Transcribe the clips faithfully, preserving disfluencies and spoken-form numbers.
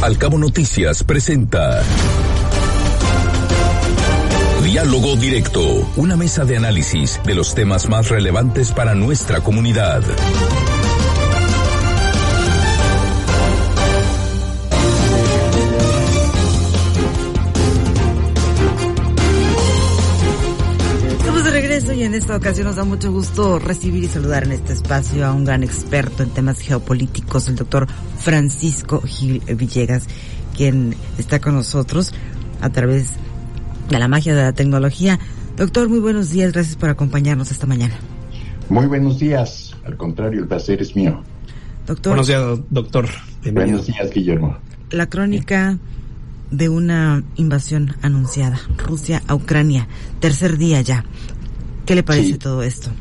Al Cabo Noticias presenta Diálogo Directo, una mesa de análisis de los temas más relevantes para nuestra comunidad. Estamos de regreso y en esta ocasión nos da mucho gusto recibir y saludar en este espacio a un gran experto en temas geopolíticos, el doctor Francisco Gil Villegas, quien está con nosotros a través de la magia de la tecnología. Doctor, muy buenos días, gracias por acompañarnos esta mañana. Muy buenos días, al contrario, el placer es mío. Doctor. Buenos días, doctor. Bienvenido. Buenos días, Guillermo. La crónica de una invasión anunciada, Rusia a Ucrania, tercer día ya. ¿Qué le parece sí. todo esto?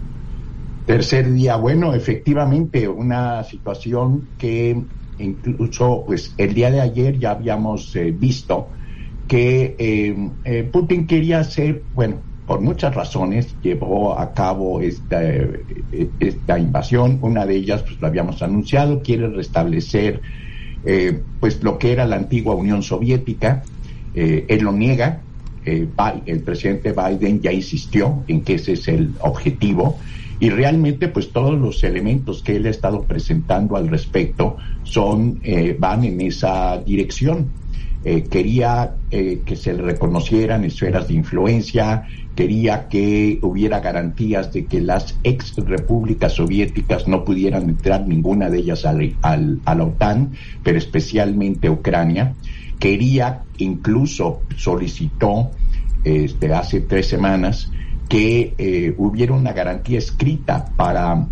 Tercer día, bueno, efectivamente, una situación que incluso, pues, el día de ayer ya habíamos eh, visto que eh, eh, Putin quería hacer, bueno, por muchas razones, llevó a cabo esta, eh, esta invasión. Una de ellas, pues lo habíamos anunciado, quiere restablecer eh, pues lo que era la antigua Unión Soviética. Eh, él lo niega. Eh, el presidente Biden ya insistió en que ese es el objetivo. Y realmente, pues todos los elementos que él ha estado presentando al respecto son eh, van en esa dirección. Eh, quería eh, que se le reconocieran esferas de influencia, quería que hubiera garantías de que las ex repúblicas soviéticas no pudieran entrar ninguna de ellas al, al, a la OTAN, pero especialmente Ucrania. Quería, incluso solicitó este, hace tres semanas que eh, hubiera una garantía escrita para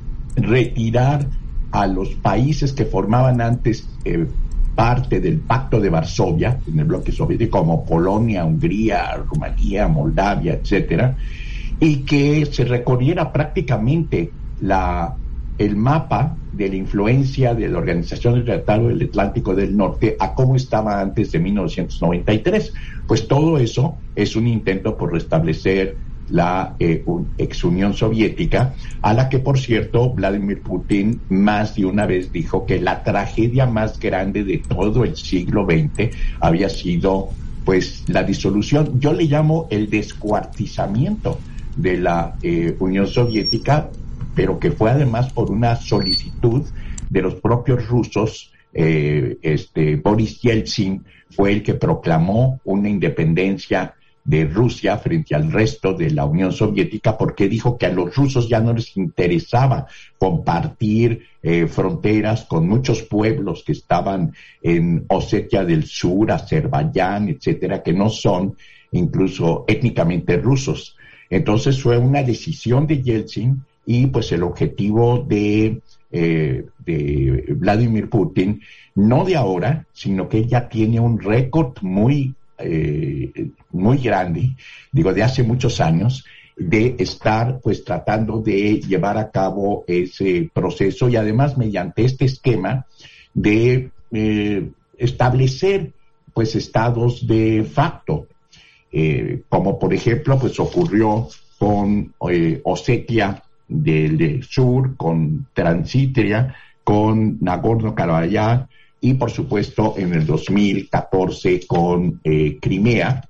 retirar a los países que formaban antes eh, parte del Pacto de Varsovia, en el bloque soviético, como Polonia, Hungría, Rumanía, Moldavia, etcétera, y que se recorriera prácticamente la, el mapa de la influencia de la Organización del Tratado del Atlántico del Norte a cómo estaba antes de mil novecientos noventa y tres. Pues todo eso es un intento por restablecer la eh, ex Unión Soviética, a la que, por cierto, Vladimir Putin más de una vez dijo que la tragedia más grande de todo el siglo veinte había sido, pues, la disolución. Yo le llamo el descuartizamiento de la eh, Unión Soviética, pero que fue además por una solicitud de los propios rusos. Eh, este Boris Yeltsin fue el que proclamó una independencia de Rusia frente al resto de la Unión Soviética, porque dijo que a los rusos ya no les interesaba compartir eh, fronteras con muchos pueblos que estaban en Osetia del Sur, Azerbaiyán, etcétera, que no son incluso étnicamente rusos. Entonces fue una decisión de Yeltsin y pues el objetivo de, eh, de Vladimir Putin, no de ahora, sino que ya tiene un récord muy Eh, muy grande, digo, de hace muchos años, de estar pues tratando de llevar a cabo ese proceso y además mediante este esquema de eh, establecer pues estados de facto, eh, como por ejemplo pues ocurrió con eh, Osetia del Sur, con Transnistria, con Nagorno-Karabaj, y por supuesto en el dos mil catorce con eh, Crimea,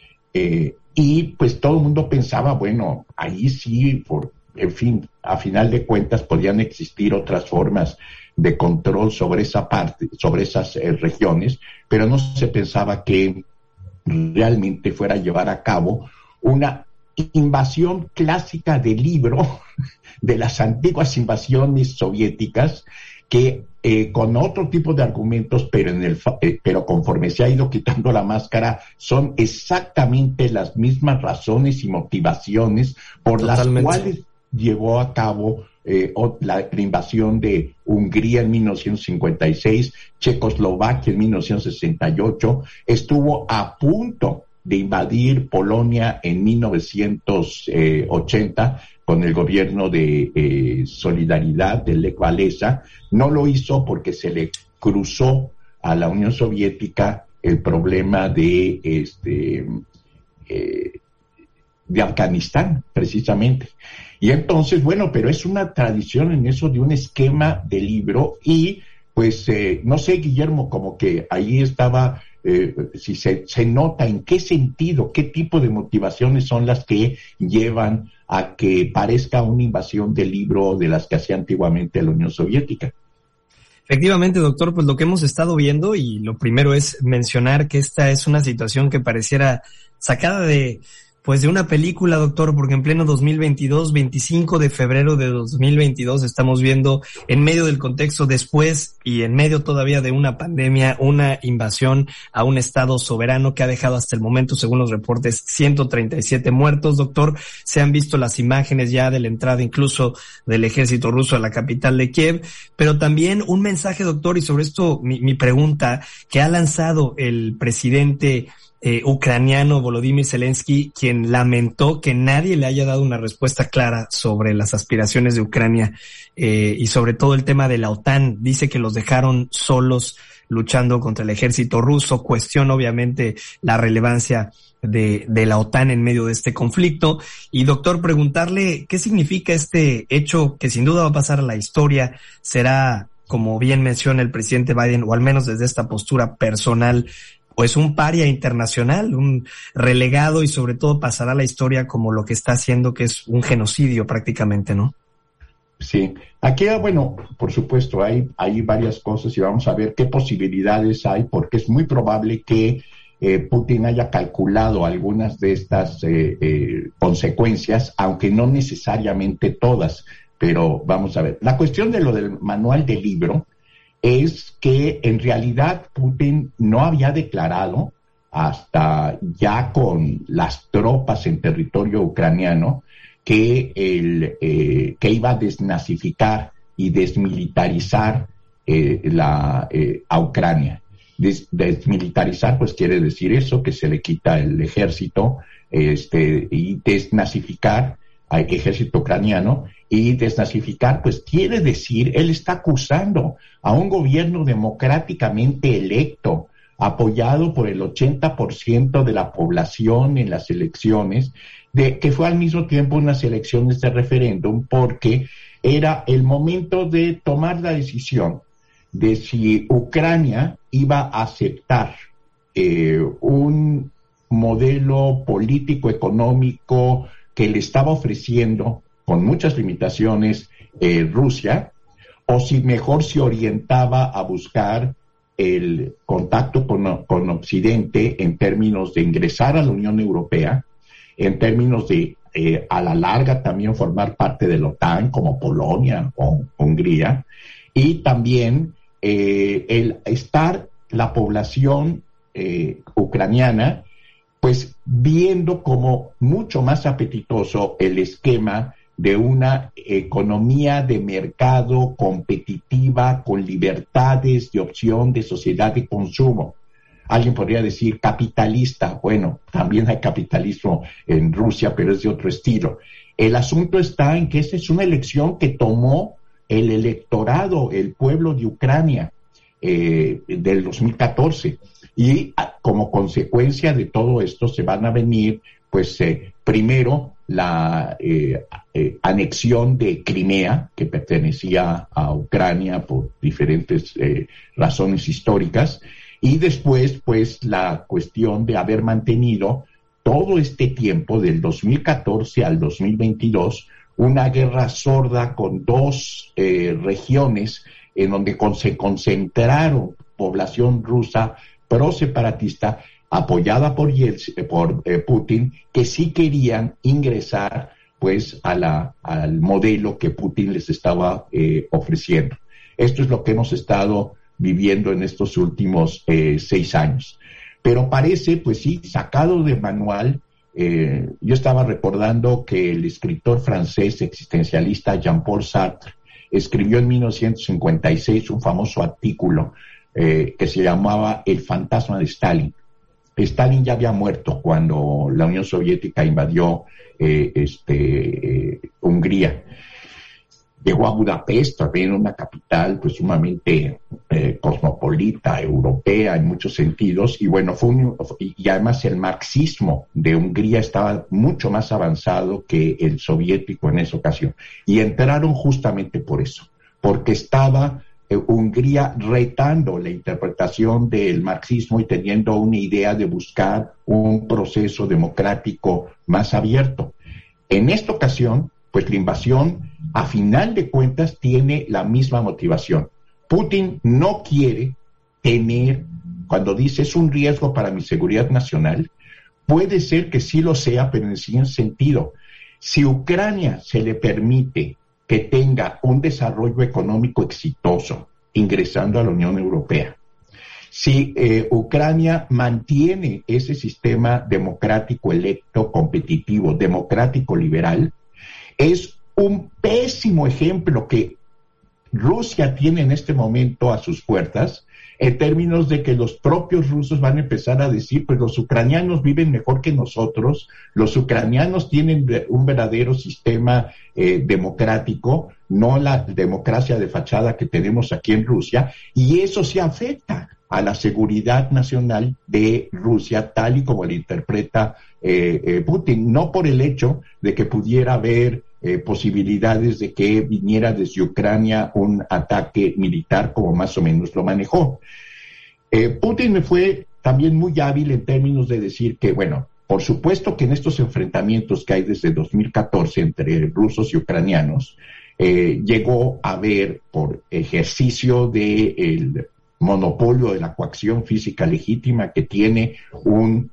eh, y pues todo el mundo pensaba, bueno, ahí sí, por, en fin, a final de cuentas podían existir otras formas de control sobre esa parte, sobre esas eh, regiones, pero no se pensaba que realmente fuera a llevar a cabo una invasión clásica de libro de las antiguas invasiones soviéticas, que eh, con otro tipo de argumentos, pero en el eh, pero conforme se ha ido quitando la máscara, son exactamente las mismas razones y motivaciones por Totalmente. las cuales llevó a cabo eh, la, la invasión de Hungría en mil novecientos cincuenta y seis, Checoslovaquia en mil novecientos sesenta y ocho, estuvo a punto de invadir Polonia en mil novecientos ochenta con el gobierno de eh, Solidaridad de Lech Walesa. No lo hizo porque se le cruzó a la Unión Soviética el problema de este eh, de Afganistán, precisamente. Y entonces, bueno, pero es una tradición en eso de un esquema de libro, y pues eh, no sé, Guillermo, como que ahí estaba, eh, si se, se nota en qué sentido, qué tipo de motivaciones son las que llevan a que parezca una invasión del libro de las que hacía antiguamente la Unión Soviética. Efectivamente, doctor, pues lo que hemos estado viendo, y lo primero es mencionar que esta es una situación que pareciera sacada de, pues de una película, doctor, porque en pleno dos mil veintidós, veinticinco de febrero de dos mil veintidós, estamos viendo en medio del contexto después y en medio todavía de una pandemia, una invasión a un estado soberano que ha dejado hasta el momento, según los reportes, ciento treinta y siete muertos, doctor. Se han visto las imágenes ya de la entrada incluso del ejército ruso a la capital de Kiev, pero también un mensaje, doctor, y sobre esto mi, mi pregunta, que ha lanzado el presidente Eh, ucraniano Volodymyr Zelensky, quien lamentó que nadie le haya dado una respuesta clara sobre las aspiraciones de Ucrania eh, y sobre todo el tema de la OTAN. Dice que los dejaron solos luchando contra el ejército ruso. Cuestiona obviamente la relevancia de, de la OTAN en medio de este conflicto. Y doctor, preguntarle qué significa este hecho que sin duda va a pasar a la historia. Será, como bien menciona el presidente Biden, o al menos desde esta postura personal, pues un paria internacional, un relegado, y sobre todo pasará a la historia como lo que está haciendo, que es un genocidio prácticamente, ¿no? Sí, aquí, bueno, por supuesto, hay, hay varias cosas y vamos a ver qué posibilidades hay, porque es muy probable que eh, Putin haya calculado algunas de estas eh, eh, consecuencias, aunque no necesariamente todas, pero vamos a ver. La cuestión de lo del manual del libro es que en realidad Putin no había declarado hasta ya con las tropas en territorio ucraniano que, el, eh, que iba a desnazificar y desmilitarizar eh, la, eh, a Ucrania. Des, desmilitarizar pues quiere decir eso, que se le quita el ejército, este, y desnazificar al ejército ucraniano. Y desnazificar, pues quiere decir, él está acusando a un gobierno democráticamente electo, apoyado por el ochenta por ciento de la población en las elecciones, de que fue al mismo tiempo unas elecciones de referéndum, porque era el momento de tomar la decisión de si Ucrania iba a aceptar eh, un modelo político, económico que le estaba ofreciendo con muchas limitaciones eh, Rusia, o si mejor se orientaba a buscar el contacto con, con Occidente en términos de ingresar a la Unión Europea, en términos de eh, a la larga también formar parte de la OTAN, como Polonia o Hungría, y también eh, el estar la población eh, ucraniana pues viendo como mucho más apetitoso el esquema de una economía de mercado competitiva con libertades de opción de sociedad de consumo. Alguien podría decir capitalista. Bueno, también hay capitalismo en Rusia, pero es de otro estilo. El asunto está en que esta es una elección que tomó el electorado, el pueblo de Ucrania eh, del dos mil catorce. Y a, como consecuencia de todo esto se van a venir, pues, eh, primero, la eh, eh, anexión de Crimea, que pertenecía a Ucrania por diferentes eh, razones históricas, y después, pues, la cuestión de haber mantenido todo este tiempo, del dos mil catorce al dos mil veintidós, una guerra sorda con dos eh, regiones en donde con, se concentraron población rusa pro-separatista, apoyada por, Yeltsin, por eh, Putin, que sí querían ingresar pues a la, al modelo que Putin les estaba eh, ofreciendo. Esto es lo que hemos estado viviendo en estos últimos eh, seis años. Pero parece, pues sí, sacado de manual. Eh, yo estaba recordando que el escritor francés existencialista Jean-Paul Sartre escribió en mil novecientos cincuenta y seis un famoso artículo eh, que se llamaba El fantasma de Stalin. Stalin ya había muerto cuando la Unión Soviética invadió eh, este, eh, Hungría. Llegó a Budapest, también una capital pues sumamente eh, cosmopolita, europea en muchos sentidos, y bueno, fue un, y además el marxismo de Hungría estaba mucho más avanzado que el soviético en esa ocasión, y entraron justamente por eso, porque estaba eh, Hungría retando la interpretación del marxismo y teniendo una idea de buscar un proceso democrático más abierto. En esta ocasión, pues la invasión, a final de cuentas, tiene la misma motivación. Putin no quiere tener, cuando dice es un riesgo para mi seguridad nacional, puede ser que sí lo sea, pero en el siguiente sentido. Si Ucrania se le permite que tenga un desarrollo económico exitoso ingresando a la Unión Europea, si eh, Ucrania mantiene ese sistema democrático electo competitivo, democrático liberal, es un pésimo ejemplo que Rusia tiene en este momento a sus puertas, en términos de que los propios rusos van a empezar a decir, pues los ucranianos viven mejor que nosotros, los ucranianos tienen un verdadero sistema eh, democrático, no la democracia de fachada que tenemos aquí en Rusia, y eso se afecta a la seguridad nacional de Rusia, tal y como la interpreta eh, eh, Putin, no por el hecho de que pudiera haber eh, posibilidades de que viniera desde Ucrania un ataque militar, como más o menos lo manejó. Eh, Putin fue también muy hábil en términos de decir que, bueno, por supuesto que en estos enfrentamientos que hay desde dos mil catorce entre rusos y ucranianos, eh, llegó a haber, por ejercicio de el monopolio de la coacción física legítima que tiene un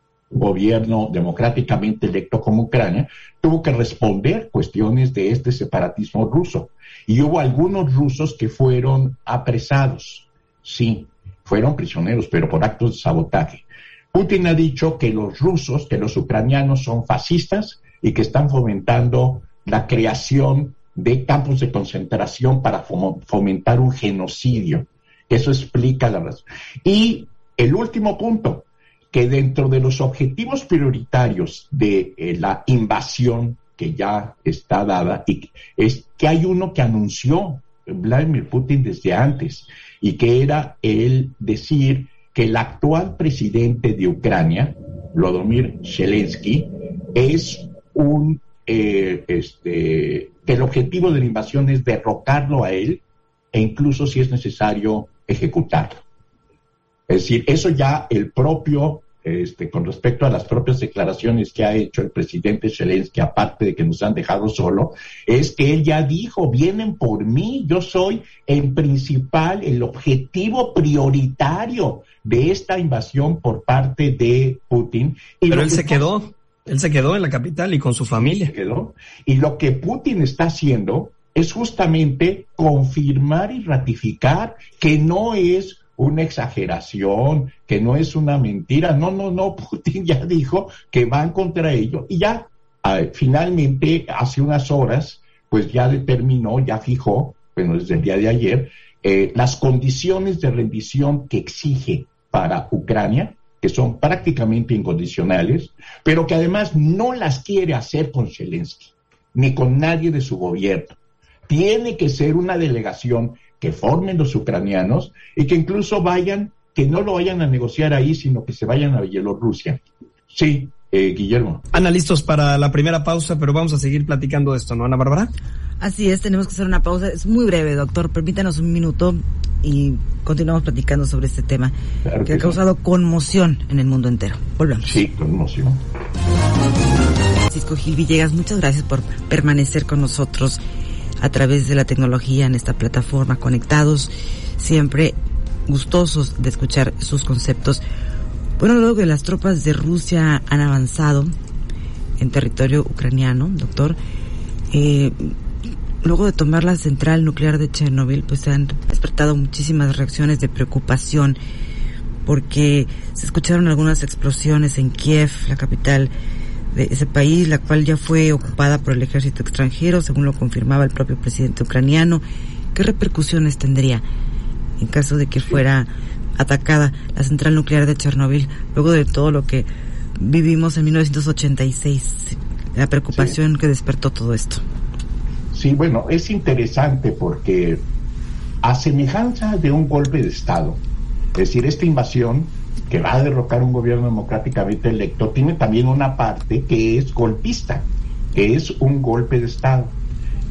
gobierno democráticamente electo como Ucrania, tuvo que responder cuestiones de este separatismo ruso. Y hubo algunos rusos que fueron apresados, sí, fueron prisioneros, pero por actos de sabotaje. Putin ha dicho que los rusos, que los ucranianos son fascistas y que están fomentando la creación de campos de concentración para fomentar un genocidio. Eso explica la razón. Y el último punto, que dentro de los objetivos prioritarios de eh, la invasión que ya está dada, y es que hay uno que anunció Vladimir Putin desde antes, y que era el decir que el actual presidente de Ucrania, Volodymyr Zelensky, es un, eh, este, que el objetivo de la invasión es derrocarlo a él, e incluso si es necesario ejecutarlo. Es decir, eso ya el propio, este, con respecto a las propias declaraciones que ha hecho el presidente Zelensky, aparte de que nos han dejado solo, es que él ya dijo, vienen por mí, yo soy en principal el objetivo prioritario de esta invasión por parte de Putin. Y Pero él que se quedó, él se quedó en la capital y con su familia. Se quedó. Y lo que Putin está haciendo es justamente confirmar y ratificar que no es una exageración, que no es una mentira. No, no, no, Putin ya dijo que van contra ello y ya eh, finalmente hace unas horas pues ya determinó, ya fijó, bueno, desde el día de ayer, eh, las condiciones de rendición que exige para Ucrania, que son prácticamente incondicionales, pero que además no las quiere hacer con Zelensky, ni con nadie de su gobierno. Tiene que ser una delegación que formen los ucranianos y que incluso vayan, que no lo vayan a negociar ahí, sino que se vayan a Bielorrusia. Sí, eh, Guillermo. Ana, listos para la primera pausa, pero vamos a seguir platicando de esto, ¿no, Ana Bárbara? Así es, tenemos que hacer una pausa. Es muy breve, doctor. Permítanos un minuto y continuamos platicando sobre este tema claro que, que ha causado sí. conmoción en el mundo entero. Volvamos. Sí, conmoción. Francisco Gil Villegas, muchas gracias por permanecer con nosotros a través de la tecnología en esta plataforma, conectados, siempre gustosos de escuchar sus conceptos. Bueno, luego que las tropas de Rusia han avanzado en territorio ucraniano, doctor, eh, luego de tomar la central nuclear de Chernobyl, pues se han despertado muchísimas reacciones de preocupación, porque se escucharon algunas explosiones en Kiev, la capital de ese país, la cual ya fue ocupada por el ejército extranjero, según lo confirmaba el propio presidente ucraniano. ¿Qué repercusiones tendría en caso de que fuera atacada la central nuclear de Chernobyl, luego de todo lo que vivimos en mil novecientos ochenta y seis, la preocupación sí. que despertó todo esto? Sí, bueno, es interesante porque a semejanza de un golpe de Estado, es decir, esta invasión que va a derrocar un gobierno democráticamente electo, tiene también una parte que es golpista, que es un golpe de Estado.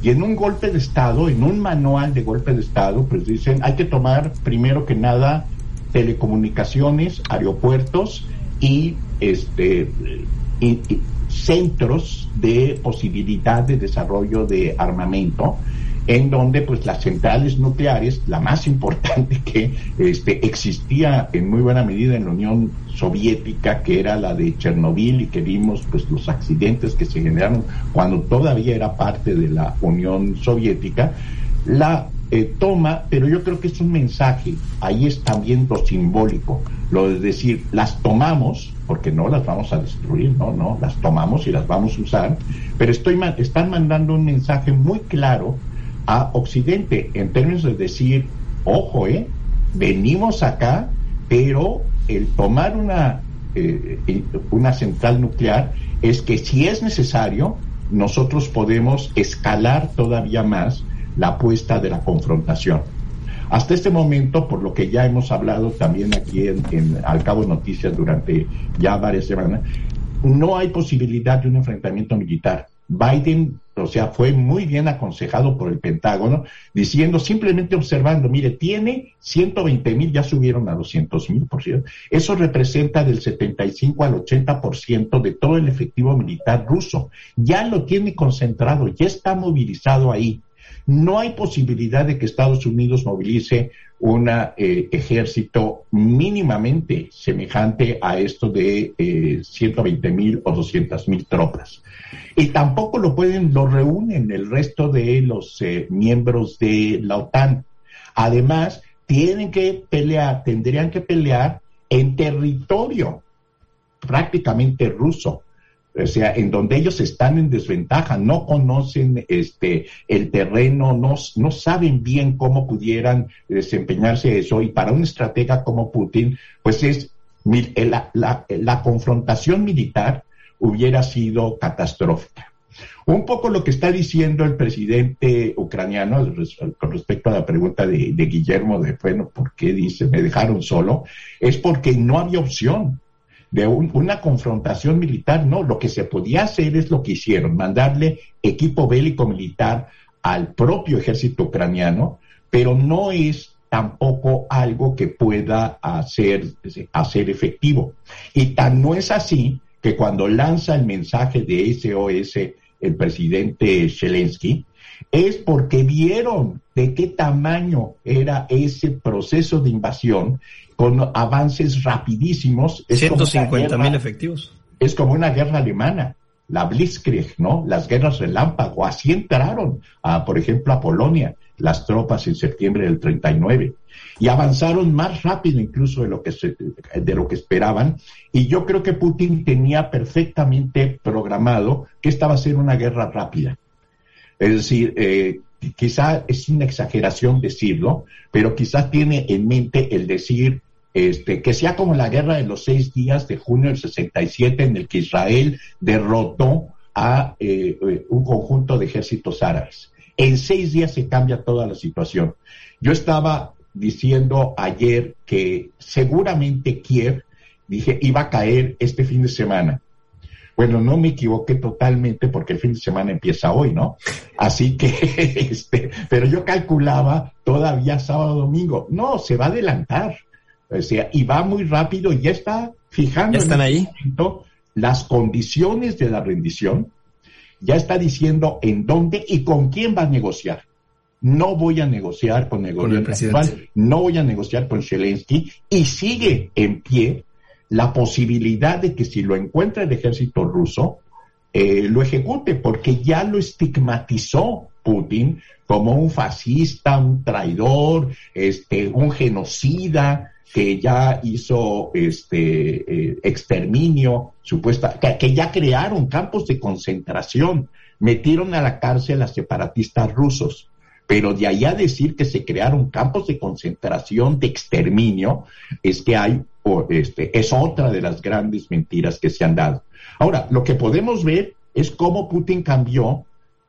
Y en un golpe de Estado, en un manual de golpe de Estado, pues dicen, hay que tomar primero que nada telecomunicaciones, aeropuertos y este y, y centros de posibilidad de desarrollo de armamento, en donde pues las centrales nucleares, la más importante que este, existía en muy buena medida en la Unión Soviética, que era la de Chernobyl, y que vimos pues los accidentes que se generaron cuando todavía era parte de la Unión Soviética, la eh, toma, pero yo creo que es un mensaje, ahí es también lo simbólico, lo de decir, las tomamos, porque no las vamos a destruir, no, no, las tomamos y las vamos a usar, pero estoy están mandando un mensaje muy claro a Occidente, en términos de decir, ojo, eh, venimos acá, pero el tomar una, eh, una central nuclear es que si es necesario, nosotros podemos escalar todavía más la apuesta de la confrontación. Hasta este momento, por lo que ya hemos hablado también aquí en, en Al Cabo Noticias durante ya varias semanas, no hay posibilidad de un enfrentamiento militar. Biden, o sea, fue muy bien aconsejado por el Pentágono, diciendo, simplemente observando, mire, tiene ciento veinte mil, ya subieron a doscientos mil, por cierto. Eso representa del setenta y cinco al ochenta por ciento de todo el efectivo militar ruso. Ya lo tiene concentrado, ya está movilizado ahí. No hay posibilidad de que Estados Unidos movilice un eh, ejército mínimamente semejante a esto de eh, ciento veinte mil o doscientas mil tropas. Y tampoco lo pueden, lo reúnen el resto de los eh, miembros de la OTAN. Además, tienen que pelear, tendrían que pelear en territorio prácticamente ruso. O sea, en donde ellos están en desventaja, no conocen este el terreno, no, no saben bien cómo pudieran desempeñarse eso, y para un estratega como Putin, pues es la, la, la confrontación militar hubiera sido catastrófica. Un poco lo que está diciendo el presidente ucraniano con respecto a la pregunta de, de Guillermo de, bueno, ¿por qué dice, me dejaron solo? Es porque no había opción de un, una confrontación militar, no, lo que se podía hacer es lo que hicieron, mandarle equipo bélico militar al propio ejército ucraniano, pero no es tampoco algo que pueda hacer, hacer efectivo. Y tan no es así que cuando lanza el mensaje de S O S el presidente Zelensky, es porque vieron de qué tamaño era ese proceso de invasión, con avances rapidísimos. ciento cincuenta mil efectivos. Es como una guerra alemana, la Blitzkrieg, ¿no? Las guerras relámpago. Así entraron, a, por ejemplo, a Polonia, las tropas en septiembre del treinta y nueve. Y avanzaron más rápido incluso de lo que se, de lo que esperaban. Y yo creo que Putin tenía perfectamente programado que esta va a ser una guerra rápida. Es decir, eh, quizá es una exageración decirlo, pero quizás tiene en mente el decir este, que sea como la guerra de los seis días de junio del sesenta y siete, en el que Israel derrotó a eh, un conjunto de ejércitos árabes. En seis días se cambia toda la situación. Yo estaba diciendo ayer que seguramente Kiev, dije, iba a caer este fin de semana. Bueno, no me equivoqué totalmente porque el fin de semana empieza hoy, ¿no? Así que, este, pero yo calculaba todavía sábado, domingo. No, se va a adelantar. O sea, y va muy rápido y ya está fijando ¿Ya están en ahí? este momento las condiciones de la rendición. Ya está diciendo en dónde y con quién va a negociar. No voy a negociar con el gobierno actual, no voy a negociar con Zelensky, y sigue en pie la posibilidad de que si lo encuentra el ejército ruso, eh, lo ejecute, porque ya lo estigmatizó Putin como un fascista, un traidor, este, un genocida, que ya hizo este eh, exterminio, supuesta, que, que ya crearon campos de concentración, metieron a la cárcel a separatistas rusos. Pero de ahí a decir que se crearon campos de concentración, de exterminio, es que hay, o este, es otra de las grandes mentiras que se han dado. Ahora, lo que podemos ver es cómo Putin cambió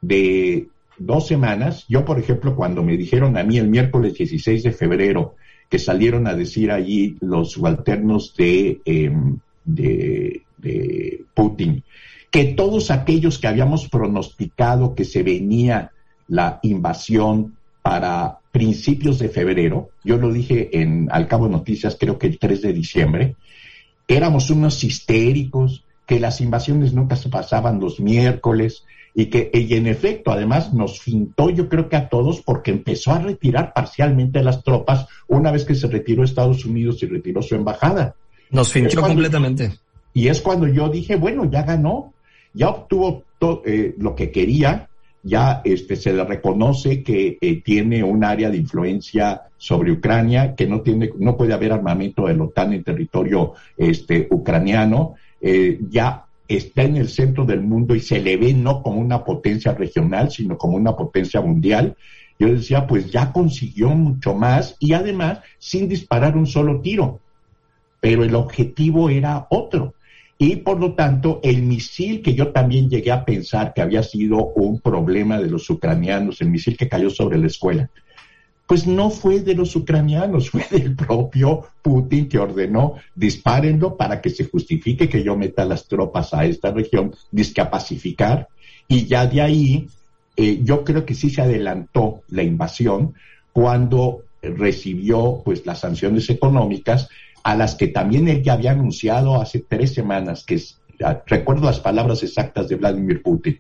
de dos semanas. Yo, por ejemplo, cuando me dijeron a mí el miércoles dieciséis de febrero, que salieron a decir allí los subalternos de, eh, de, de Putin, que todos aquellos que habíamos pronosticado que se venía la invasión para principios de febrero. Yo lo dije en Al Cabo Noticias, creo que el tres de diciembre. Éramos unos histéricos, que las invasiones nunca se pasaban los miércoles, y que, y en efecto, además nos fintó, yo creo que a todos, porque empezó a retirar parcialmente las tropas una vez que se retiró Estados Unidos y retiró su embajada. Nos finchó cuando, completamente. Y es cuando yo dije, bueno, ya ganó, ya obtuvo to, eh, lo que quería, ya este, se le reconoce que eh, tiene un área de influencia sobre Ucrania, que no tiene, no puede haber armamento de la OTAN en territorio este, ucraniano, eh, ya está en el centro del mundo y se le ve no como una potencia regional, sino como una potencia mundial. Yo decía, pues ya consiguió mucho más y además sin disparar un solo tiro. Pero el objetivo era otro. Y por lo tanto, el misil que yo también llegué a pensar que había sido un problema de los ucranianos, el misil que cayó sobre la escuela, pues no fue de los ucranianos, fue del propio Putin que ordenó dispárenlo para que se justifique que yo meta las tropas a esta región, dizque a pacificar, y ya de ahí eh, yo creo que sí se adelantó la invasión cuando recibió pues las sanciones económicas a las que también él ya había anunciado hace tres semanas, que es, recuerdo las palabras exactas de Vladimir Putin,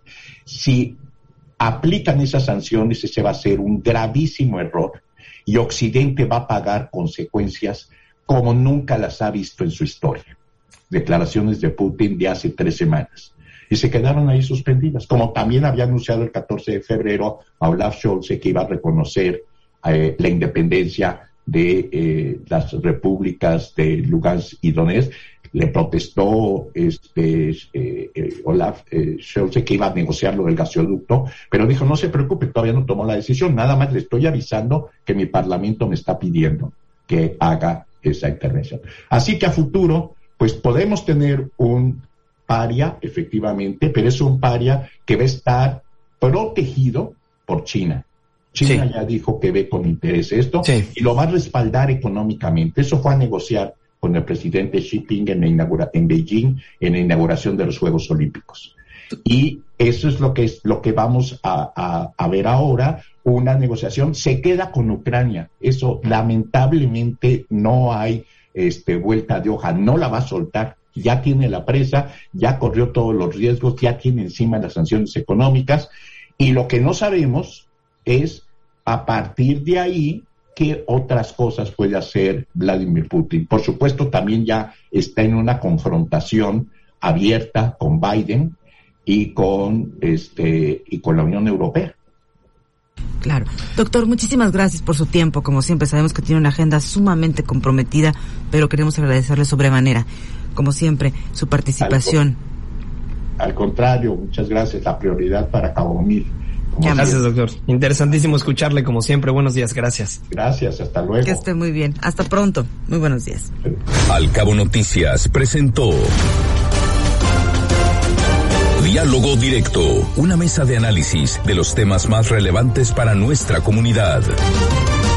si aplican esas sanciones, ese va a ser un gravísimo error y Occidente va a pagar consecuencias como nunca las ha visto en su historia. Declaraciones de Putin de hace tres semanas. Y se quedaron ahí suspendidas, como también había anunciado el catorce de febrero a Olaf Scholz que iba a reconocer eh, la independencia de eh, las repúblicas de Lugansk y Donetsk. Le protestó este eh, eh, Olaf eh, Scholz que iba a negociar lo del gasoducto, pero dijo, no se preocupe, todavía no tomó la decisión, nada más le estoy avisando que mi parlamento me está pidiendo que haga esa intervención. Así que a futuro, pues podemos tener un paria, efectivamente, pero es un paria que va a estar protegido por China. China sí. ya dijo que ve con interés esto sí. y lo va a respaldar económicamente. Eso fue a negociar con el presidente Xi Jinping en, la inaugura, en Beijing, en la inauguración de los Juegos Olímpicos. Y eso es lo que es lo que vamos a, a, a ver ahora, una negociación. Se queda con Ucrania. Eso lamentablemente no hay este, vuelta de hoja, no la va a soltar. Ya tiene la presa, ya corrió todos los riesgos, ya tiene encima las sanciones económicas. Y lo que no sabemos es, a partir de ahí, ¿qué otras cosas puede hacer Vladimir Putin? Por supuesto, también ya está en una confrontación abierta con Biden y con este y con la Unión Europea. Claro. Doctor, muchísimas gracias por su tiempo. Como siempre, sabemos que tiene una agenda sumamente comprometida, pero queremos agradecerle sobremanera, como siempre, su participación. Al, al contrario, muchas gracias. La prioridad para Cabo Mil. Gracias, doctor. Interesantísimo escucharle, como siempre. Buenos días, gracias. Gracias, hasta luego. Que esté muy bien. Hasta pronto. Muy buenos días. Al Cabo Noticias presentó Diálogo Directo, una mesa de análisis de los temas más relevantes para nuestra comunidad.